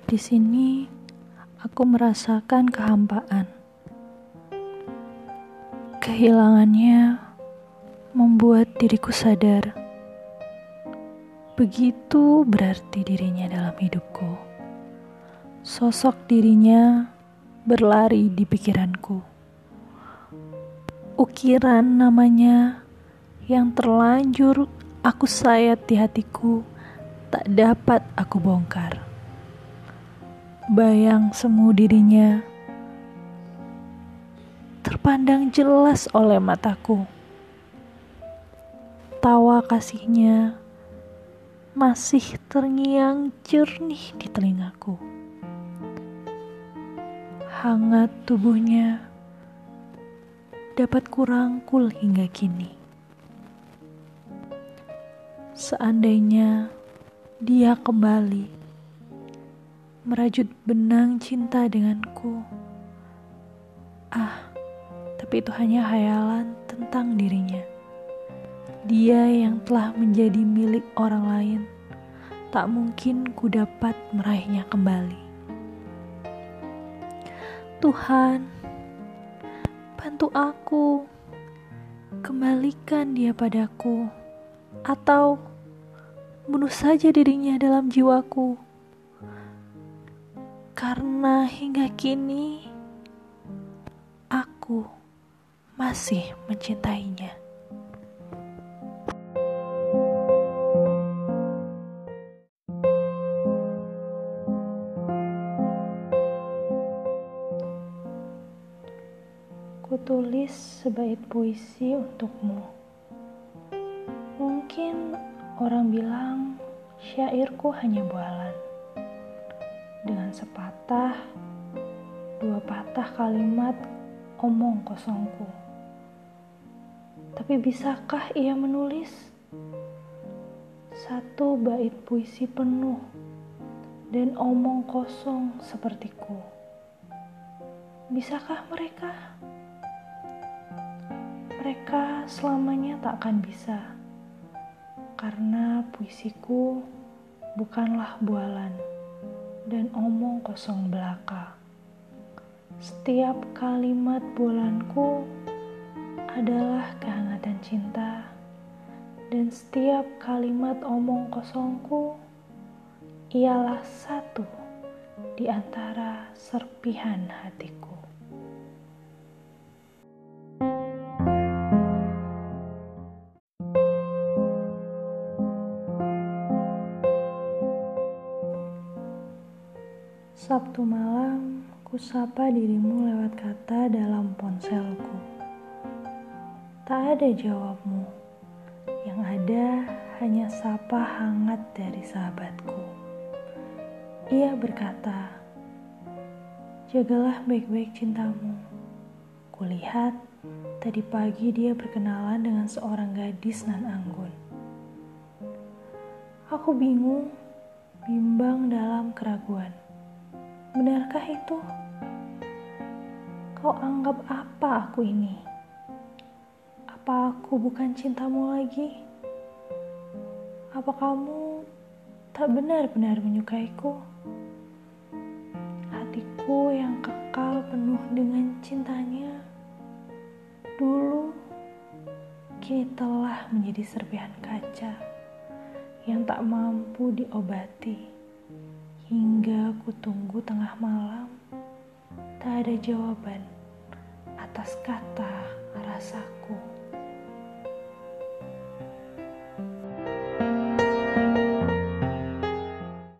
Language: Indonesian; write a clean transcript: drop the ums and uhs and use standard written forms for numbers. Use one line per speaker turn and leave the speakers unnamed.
Di sini, aku merasakan kehampaan. Kehilangannya membuat diriku sadar. Begitu berarti dirinya dalam hidupku. Sosok dirinya berlari di pikiranku. Ukiran namanya yang terlanjur aku sayat di hatiku tak dapat aku bongkar. Bayang semu dirinya terpandang jelas oleh mataku. Tawa kasihnya masih terngiang jernih di telingaku. Hangat tubuhnya dapat kurangkul hingga kini. Seandainya dia kembali merajut benang cinta denganku, tapi itu hanya khayalan tentang dirinya. Dia yang telah menjadi milik orang lain, tak mungkin ku dapat meraihnya kembali. Tuhan, bantu aku, kembalikan dia padaku, atau bunuh saja dirinya dalam jiwaku. Karena hingga kini aku masih mencintainya. Kutulis sebaik puisi untukmu. Mungkin orang bilang syairku hanya bualan. Dengan sepatah, dua patah kalimat omong kosongku. Tapi bisakah ia menulis satu bait puisi penuh dan omong kosong sepertiku? Bisakah mereka? Mereka selamanya tak akan bisa, karena puisiku bukanlah bualan dan omong kosong belaka. Setiap kalimat bualanku adalah kehangatan cinta, dan setiap kalimat omong kosongku ialah satu di antara serpihan hatiku. Sabtu malam, kusapa dirimu lewat kata dalam ponselku. Tak ada jawabmu, yang ada hanya sapa hangat dari sahabatku. Ia berkata, jagalah baik-baik cintamu. Kulihat, tadi pagi dia berkenalan dengan seorang gadis nan anggun. Aku bingung, bimbang dalam keraguan. Benarkah itu? Kau anggap apa aku ini? Apa aku bukan cintamu lagi? Apa kamu tak benar-benar menyukaiku? Hatiku yang kekal penuh dengan cintanya dulu kini telah menjadi serpihan kaca yang tak mampu diobati. Hingga ku tunggu tengah malam, tak ada jawaban atas kata rasaku.